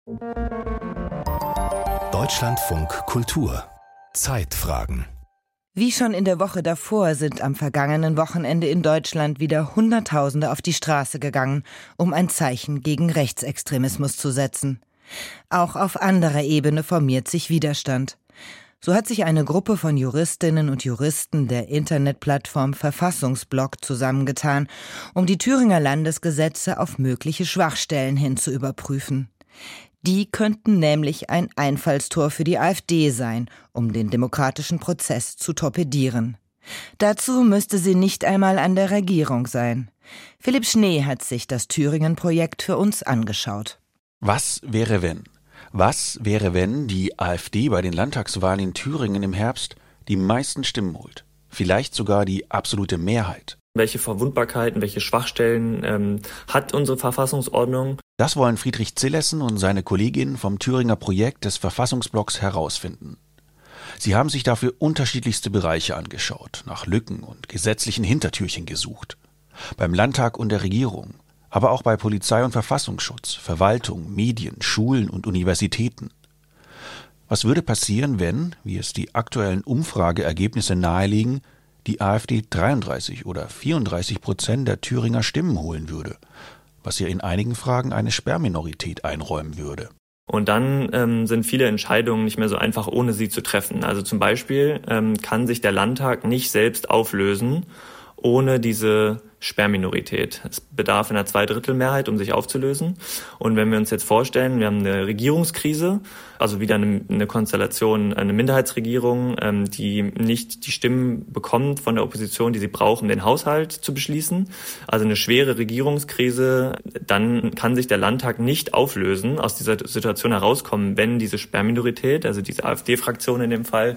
Deutschlandfunk Kultur Zeitfragen. Wie schon in der Woche davor sind am vergangenen Wochenende in Deutschland wieder Hunderttausende auf die Straße gegangen, um ein Zeichen gegen Rechtsextremismus zu setzen. Auch auf anderer Ebene formiert sich Widerstand. So hat sich eine Gruppe von Juristinnen und Juristen der Internetplattform Verfassungsblog zusammengetan, um die Thüringer Landesgesetze auf mögliche Schwachstellen hin zu überprüfen. Die könnten nämlich ein Einfallstor für die AfD sein, um den demokratischen Prozess zu torpedieren. Dazu müsste sie nicht einmal an der Regierung sein. Philipp Schnee hat sich das Thüringen-Projekt für uns angeschaut. Was wäre, wenn? Was wäre, wenn die AfD bei den Landtagswahlen in Thüringen im Herbst die meisten Stimmen holt? Vielleicht sogar die absolute Mehrheit. Welche Verwundbarkeiten, welche Schwachstellen hat unsere Verfassungsordnung? Das wollen Friedrich Zillessen und seine Kolleginnen vom Thüringer Projekt des Verfassungsblocks herausfinden. Sie haben sich dafür unterschiedlichste Bereiche angeschaut, nach Lücken und gesetzlichen Hintertürchen gesucht. Beim Landtag und der Regierung, aber auch bei Polizei und Verfassungsschutz, Verwaltung, Medien, Schulen und Universitäten. Was würde passieren, wenn, wie es die aktuellen Umfrageergebnisse nahelegen, die AfD 33 oder 34% der Thüringer Stimmen holen würde, was ihr in einigen Fragen eine Sperrminorität einräumen würde? Und dann sind viele Entscheidungen nicht mehr so einfach, ohne sie zu treffen. Also zum Beispiel kann sich der Landtag nicht selbst auflösen, ohne diese Sperrminorität. Es bedarf einer Zweidrittelmehrheit, um sich aufzulösen. Und wenn wir uns jetzt vorstellen, wir haben eine Regierungskrise, also wieder eine Konstellation, eine Minderheitsregierung, die nicht die Stimmen bekommt von der Opposition, die sie braucht, um den Haushalt zu beschließen. Also eine schwere Regierungskrise, dann kann sich der Landtag nicht auflösen, aus dieser Situation herauskommen, wenn diese Sperrminorität, also diese AfD-Fraktion in dem Fall,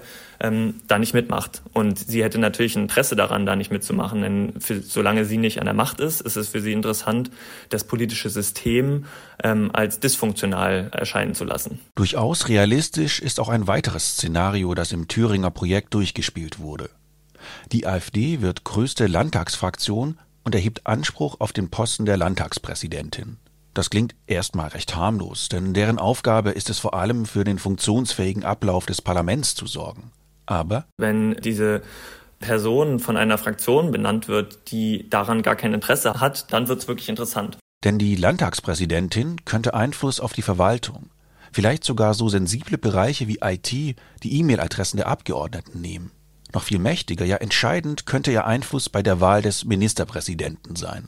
da nicht mitmacht. Und sie hätte natürlich ein Interesse daran, da nicht mitzumachen, denn solange sie nicht an der Macht ist es für sie interessant, das politische System als dysfunktional erscheinen zu lassen. Durchaus realistisch ist auch ein weiteres Szenario, das im Thüringer Projekt durchgespielt wurde. Die AfD wird größte Landtagsfraktion und erhebt Anspruch auf den Posten der Landtagspräsidentin. Das klingt erstmal recht harmlos, denn deren Aufgabe ist es vor allem, für den funktionsfähigen Ablauf des Parlaments zu sorgen. Aber wenn diese Person von einer Fraktion benannt wird, die daran gar kein Interesse hat, dann wird es wirklich interessant. Denn die Landtagspräsidentin könnte Einfluss auf die Verwaltung, vielleicht sogar so sensible Bereiche wie IT, die E-Mail-Adressen der Abgeordneten nehmen. Noch viel mächtiger, ja entscheidend, könnte ihr Einfluss bei der Wahl des Ministerpräsidenten sein.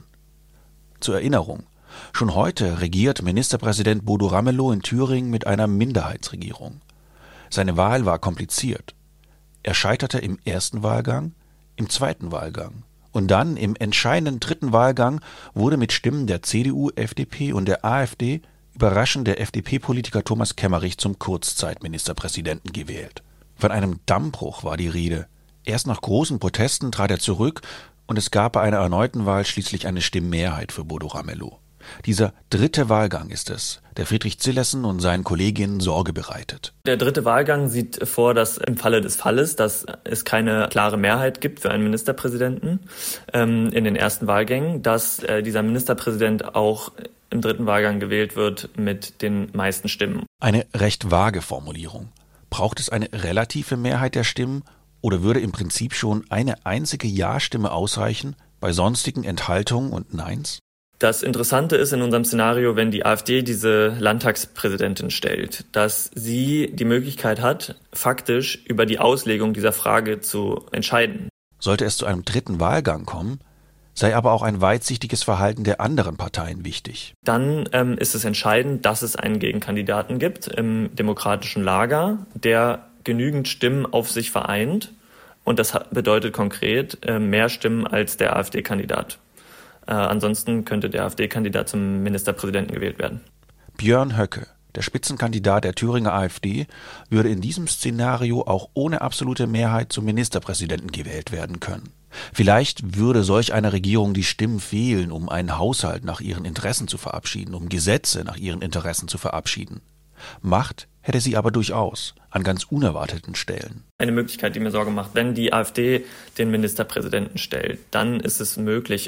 Zur Erinnerung, schon heute regiert Ministerpräsident Bodo Ramelow in Thüringen mit einer Minderheitsregierung. Seine Wahl war kompliziert. Er scheiterte im ersten Wahlgang, im zweiten Wahlgang. Und dann im entscheidenden dritten Wahlgang wurde mit Stimmen der CDU, FDP und der AfD überraschend der FDP-Politiker Thomas Kemmerich zum Kurzzeitministerpräsidenten gewählt. Von einem Dammbruch war die Rede. Erst nach großen Protesten trat er zurück und es gab bei einer erneuten Wahl schließlich eine Stimmmehrheit für Bodo Ramelow. Dieser dritte Wahlgang ist es, der Friedrich Zillessen und seinen Kolleginnen Sorge bereitet. Der dritte Wahlgang sieht vor, dass im Falle des Falles, dass es keine klare Mehrheit gibt für einen Ministerpräsidenten in den ersten Wahlgängen, dass dieser Ministerpräsident auch im dritten Wahlgang gewählt wird mit den meisten Stimmen. Eine recht vage Formulierung. Braucht es eine relative Mehrheit der Stimmen oder würde im Prinzip schon eine einzige Ja-Stimme ausreichen bei sonstigen Enthaltungen und Neins? Das Interessante ist in unserem Szenario, wenn die AfD diese Landtagspräsidentin stellt, dass sie die Möglichkeit hat, faktisch über die Auslegung dieser Frage zu entscheiden. Sollte es zu einem dritten Wahlgang kommen, sei aber auch ein weitsichtiges Verhalten der anderen Parteien wichtig. Dann ist es entscheidend, dass es einen Gegenkandidaten gibt im demokratischen Lager, der genügend Stimmen auf sich vereint. Und das bedeutet konkret mehr Stimmen als der AfD-Kandidat. Ansonsten könnte der AfD-Kandidat zum Ministerpräsidenten gewählt werden. Björn Höcke, der Spitzenkandidat der Thüringer AfD, würde in diesem Szenario auch ohne absolute Mehrheit zum Ministerpräsidenten gewählt werden können. Vielleicht würde solch einer Regierung die Stimmen fehlen, um einen Haushalt nach ihren Interessen zu verabschieden, um Gesetze nach ihren Interessen zu verabschieden. Macht hätte sie aber durchaus, an ganz unerwarteten Stellen. Eine Möglichkeit, die mir Sorge macht, wenn die AfD den Ministerpräsidenten stellt, dann ist es möglich,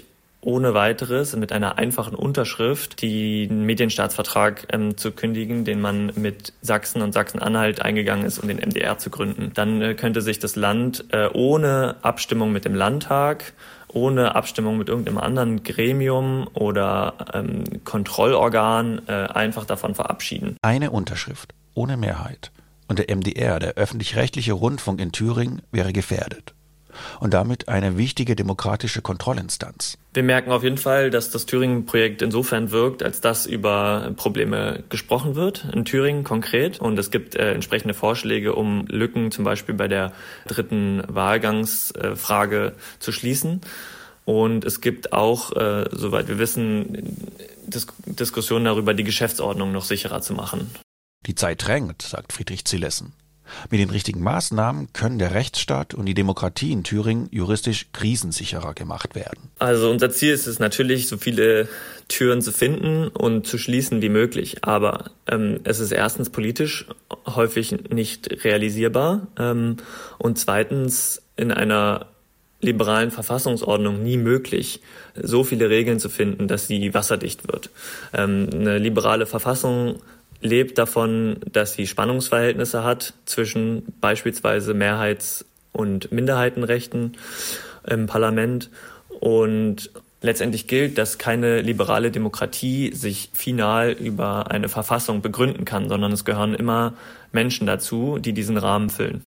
ohne weiteres mit einer einfachen Unterschrift den Medienstaatsvertrag zu kündigen, den man mit Sachsen und Sachsen-Anhalt eingegangen ist, um den MDR zu gründen. Dann könnte sich das Land ohne Abstimmung mit dem Landtag, ohne Abstimmung mit irgendeinem anderen Gremium oder Kontrollorgan einfach davon verabschieden. Eine Unterschrift ohne Mehrheit und der MDR, der öffentlich-rechtliche Rundfunk in Thüringen, wäre gefährdet. Und damit eine wichtige demokratische Kontrollinstanz. Wir merken auf jeden Fall, dass das Thüringen-Projekt insofern wirkt, als dass über Probleme gesprochen wird, in Thüringen konkret. Und es gibt entsprechende Vorschläge, um Lücken zum Beispiel bei der dritten Wahlgangsfrage zu schließen. Und es gibt auch, soweit wir wissen, Diskussionen darüber, die Geschäftsordnung noch sicherer zu machen. Die Zeit drängt, sagt Friedrich Zillessen. Mit den richtigen Maßnahmen können der Rechtsstaat und die Demokratie in Thüringen juristisch krisensicherer gemacht werden. Also unser Ziel ist es natürlich, so viele Türen zu finden und zu schließen wie möglich. Aber es ist erstens politisch häufig nicht realisierbar und zweitens in einer liberalen Verfassungsordnung nie möglich, so viele Regeln zu finden, dass sie wasserdicht wird. Eine liberale Verfassung lebt davon, dass sie Spannungsverhältnisse hat zwischen beispielsweise Mehrheits- und Minderheitenrechten im Parlament. Und letztendlich gilt, dass keine liberale Demokratie sich final über eine Verfassung begründen kann, sondern es gehören immer Menschen dazu, die diesen Rahmen füllen.